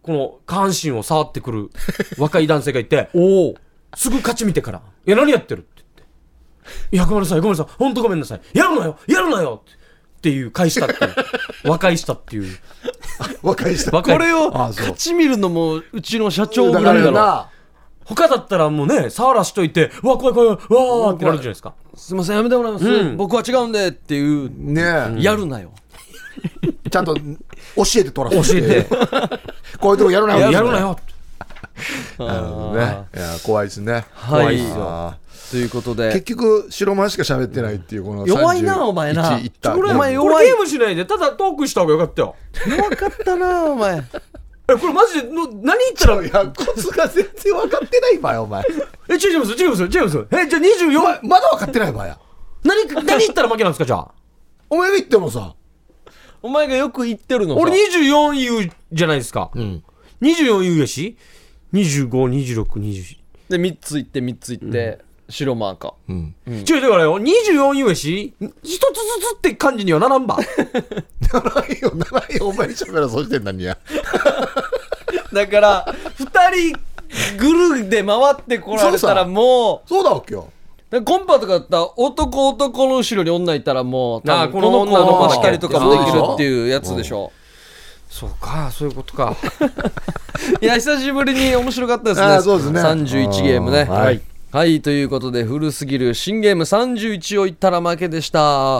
この下半身を触ってくる若い男性がいてすぐ勝ち見てから「いや何やってる?」って言って「いやごめんなさいごめんなさい本当ごめんなさいやるなよやるなよ」っていう返したっていう和解したっていう和解した。 これを勝ち見るのもうちの社長ぐらいだろ。 他だったらもうね触らしといて「うわ怖い怖いわー」ってなるじゃないですか。 すいませんやめてもらいます、僕は違うんでっていうねやるなよ。 ちゃんと教えて取らせて。 教えてこういうとこやるなよ。 やるなよ。 なるほどね。いや怖いですね。 怖いですよ。ということで結局白間しか喋ってないっていうこの弱いなお前な。 これゲームしないでただトークした方がよかったよ。 弱かったなお前。 これマジで何言ったらいやコツが全然分かってない場合お前。 違いますじゃあ24 まだ分かってない場合や。 何言ったら負けなんですかじゃあ。 お前が言ってもさ。 お前がよく言ってるのさ。 俺24言うじゃないですか。24言うやし25、26、24 で3ついって白マーカー。 違うだからよ24言うやし一つずつって感じにはならんば。 ならんよお前に喋らそうしてん何や。 だから2人ぐるで回ってこられたらもうそうだわけよ。 コンパとかだったら男の後ろに女いたらもう多分この女伸ばしたりとかもできるっていうやつでしょ。 そうかそういうことか。 いや久しぶりに面白かったですね。 そうですね。 31ゲームね。はい、ということで古すぎる新ゲーム31を言ったら負けでした。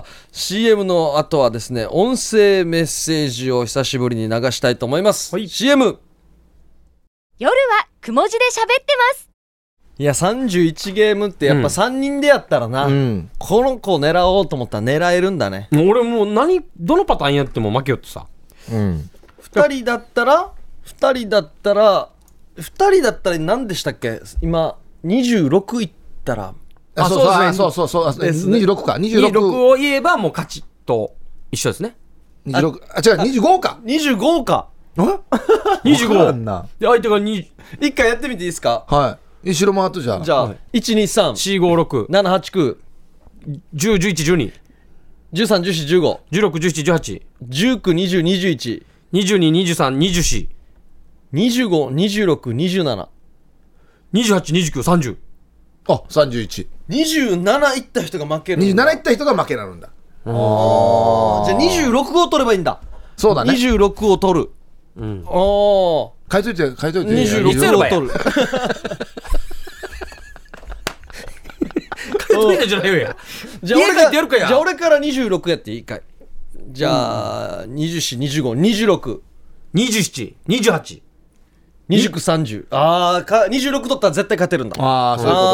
CM の後はですね音声メッセージを久しぶりに流したいと思います、CM。 夜はくも字で喋ってます。 いや31ゲームってやっぱ3人でやったらな、この子狙おうと思ったら狙えるんだね。 俺もうどのパターンやっても負けよってさ、 2人だったら何でしたっけ今26いったらそう26か 26を言えばもう勝ちと一緒ですね。 違う25か 25か 25で相手が2 一回やってみていいですか。 はい後ろ回ってじゃあ 123456789 101112 131415 161718 192021 222324 252627 282930 あ31 27いった人が負けるんだ。 27いった人が負けになるんだ。 じゃあ26を取ればいいんだ。 そうだね 26を取る。 書いといて 26を取る。 書いといてじゃないよや。 じゃあ俺から26やっていいかい。じゃあ24、25、26、 27、28、 29、30。26取ったら絶対勝てるんだ。 そういうことか。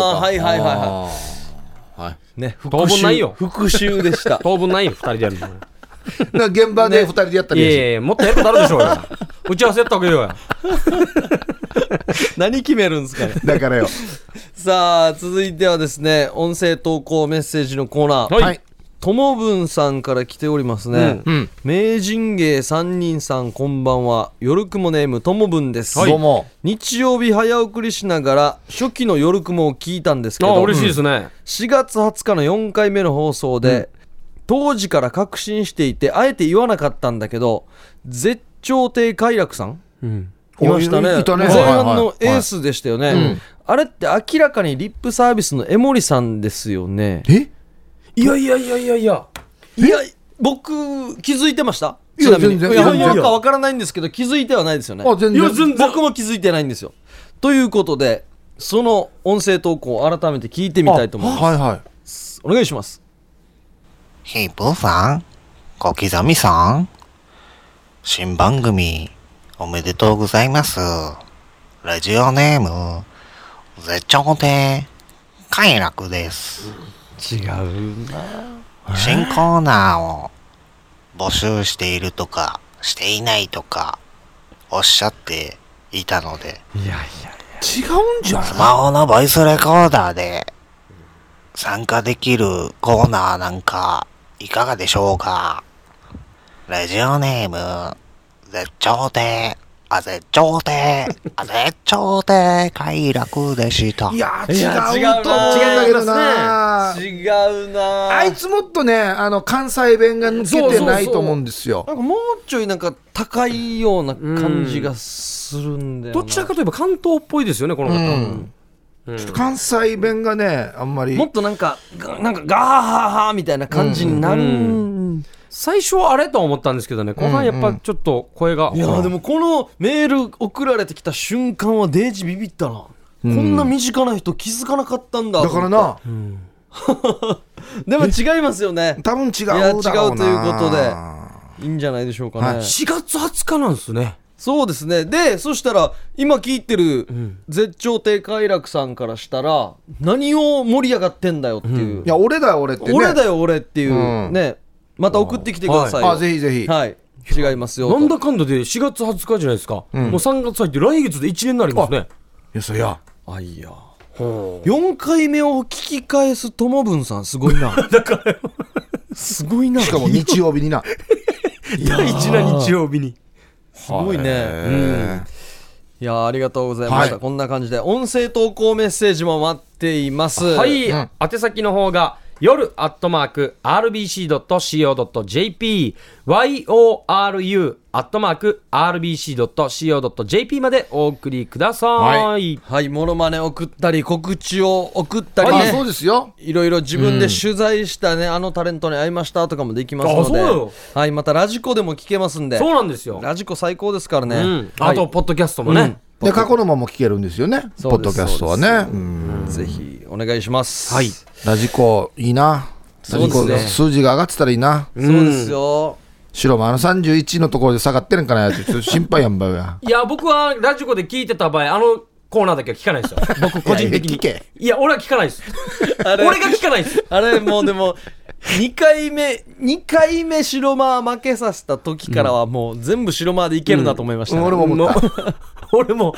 はい。ね、 当分ないよ。 復習でした。 当分ないよ、2人でやるの。 現場で2人でやったり。 いやもっとやることあるでしょうよ。打ち合わせやったわけよ。 何決めるんですかね。 だからよ。 さあ続いてはですね音声投稿メッセージのコーナー。はい。ともぶんさんから来ておりますね。名人芸3人さんこんばんは。夜雲ネームともぶんです。 どうも。 日曜日早送りしながら初期の夜雲を聞いたんですけど、 嬉しいですね。 4月20日の4回目の放送で、当時から確信していてあえて言わなかったんだけど絶頂亭快楽さん、いましたね。前半のエースでしたよね。あれって明らかにリップサービスの江森さんですよね。 いや僕気づいてました。 いや全然本当かわからないんですけど気づいてはないですよね。 全然僕も気づいてないんですよ。ということでその音声投稿を改めて聞いてみたいと思います。お願いします。 ヒープーさん、小刻みさん、新番組おめでとうございます。ラジオネーム絶頂亭快楽です。 違うな。 新コーナーを募集しているとかしていないとかおっしゃっていたので、 違うんじゃない？ スマホのボイスレコーダーで参加できるコーナーなんかいかがでしょうか。ラジオネーム絶頂亭快楽でした。 いや違うと思うんだけどな。 違うな。 あいつもっとね関西弁が抜けてないと思うんですよ。 なんかもうちょいなんか高いような感じがするんだよな。 どちらかといえば関東っぽいですよねこの方、 ちょっと関西弁がねあんまりもっとなんかガーハーハーみたいな感じになる、 最初はあれと思ったんですけどね後半やっぱちょっと声が、 いやでもこのメール送られてきた瞬間はデージビビったな、こんな身近な人気づかなかったんだだからな、 でも違いますよね。 多分違うだろうな。 いや違うということでいいんじゃないでしょうかね、 はい 4月20日なんですね。 そうですね。でそしたら今聞いてる絶頂亭快楽さんからしたら何を盛り上がってんだよっていう、 いや俺だよ俺ってね。 俺だよ俺っていうね、また送ってきてくださいよ。 あぜひぜひ。 はい、違いますよと。 なんだかんだで4月20日じゃないですか、もう3月入って来月で1年になりますね。 いやそりゃあいや4回目を聞き返すともぶんさんすごいなだからすごいな。 しかも日曜日にな。 大事な日曜日にすごいね、いやありがとうございました、 はいこんな感じで音声投稿メッセージも待っています。 はい、宛先の方が夜@rbc.co.jp yoru@rbc.co.jp までお送りください。 はい、モノマネ送ったり告知を送ったりね、 そうですよ。 いろいろ自分で取材したね、あのタレントに会いましたとかもできますので、 あそうよはい、またラジコでも聞けますんで。 そうなんですよ、 ラジコ最高ですからね、 あとポッドキャストもね、 で過去のもも聞けるんですよね。ポッドキャストはね。 ぜひお願いします。 はい、 ラジコいいな。ラジコそうですね、 数字が上がってたらいいな。 そうですよ。 白も31のところで下がってるんかな。ちょっと心配やんばよや。 いや僕はラジコで聞いてた場合コーナーだけは聞かないですよ僕個人的に。 いやいや聞け。 いや俺は聞かないですあれ俺が聞かないですあれもうでも2回目白間負けさせた時からはもう全部白間でいけるなと思いましたね、 俺も思った。 俺も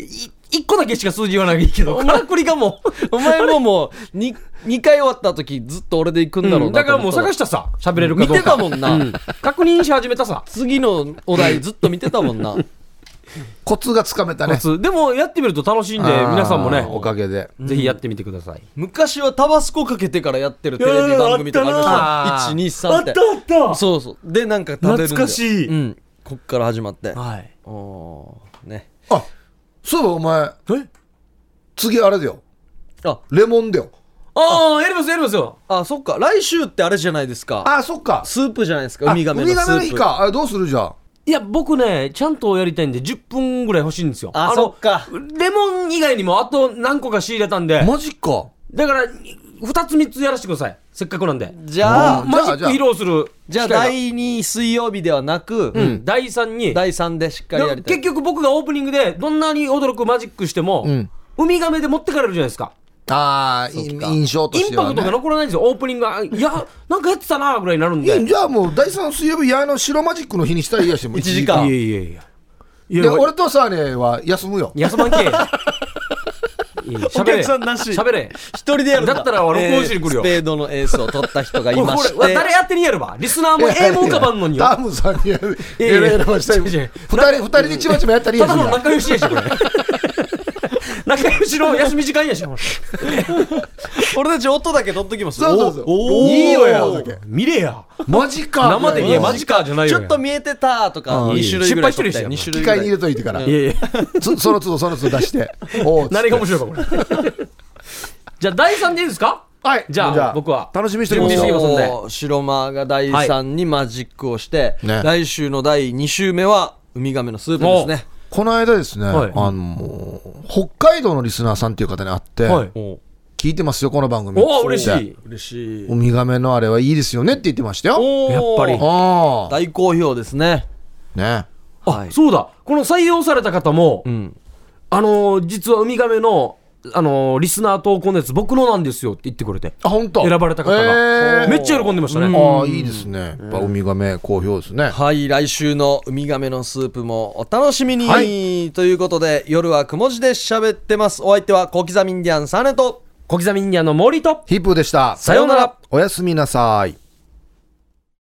1個だけしか数字言わないけどからくりがもうお前もう 2回終わった時ずっと俺で行くんだろうなだからもう探したさ喋れるかどうか見てたもんな、 確認し始めたさ次のお題ずっと見てたもんなコツがつかめたね。 でもやってみると楽しいんで皆さんもねおかげで。 ぜひやってみてください。 昔はタバスコかけてからやってるテレビ番組とかありました。1、2、3ってったそうそうでなんか食べるんだよ。 懐かしいうんこっから始まってはいねあそうだお前え次あれだよ。 あレモンだよ。 やりますよそっか来週ってあれじゃないですか。 あそっか。 スープじゃないですか。ウミガメのスープ。 ウミガメの日か。あどうするじゃあ。 いや僕ねちゃんとやりたいんで10分ぐらい欲しいんですよ。 そっかレモン以外にもあと何個か仕入れたんでマジか。 だから2つ3つやらせてくださいせっかくなんで。 じゃあマジック披露するじゃあ第2水曜日ではなく、 第3に第3でしっかりやりたい。 結局僕がオープニングでどんなに驚くマジックしても、ウミガメで持ってかれるじゃないですか。 ああ印象とインしてはね。 パクトが残らないんですよオープニングが。いやなんかやってたなぐらいになるんで。 いやじゃあもう第3水曜日白マジックの日にしたらいいやしても1時間。 いやいやいやいで俺とサーネは休むよ。 休まんけお客さんなし喋れ一人でやるんだ。 だったら録音しに来るよスペードのエースを取った人がいましてこれ誰やってにやればリスナーも英語浮かばんのによ。 タムさんにやるいやいや選ばしたい。2人でちまちまやったらいいやしただの仲良しやしこれ仲良しの休み時間やし俺たち音だけ取っときます。 そういいよや見れやマジか。 生でいやマジかじゃないよ。 ちょっと見えてたとか2種類ぐらい取って失敗して 2種類ぐらい機械に入れといてからいやいやその都度出しておう何が面白いかこれじゃあ第3でいいですか。 はいじゃあ僕は楽しみにしておきます準備してきますんでもう白間が第3にマジックをして、 ね来週の第2週目はウミガメのスープですね。 この間ですね、 はい北海道のリスナーさんっていう方に会って、 はい聞いてますよこの番組。 おお嬉しい。 嬉しい。 ウミガメのあれはいいですよねって言ってましたよ。 やっぱりあ大好評ですね。 あねはいそうだこの採用された方も、実はウミガメのリスナー投稿のやつ僕のなんですよって言ってくれてあ本当選ばれた方がめっちゃ喜んでましたね。 ああいいですね。やっぱウミガメ好評ですね。 はい来週のウミガメのスープもお楽しみに、 はということで夜はくも字で喋ってます。お相手は小刻みインディアンサネと小刻みインディアンの森とヒップーでした。 さようなら。 おやすみなさい。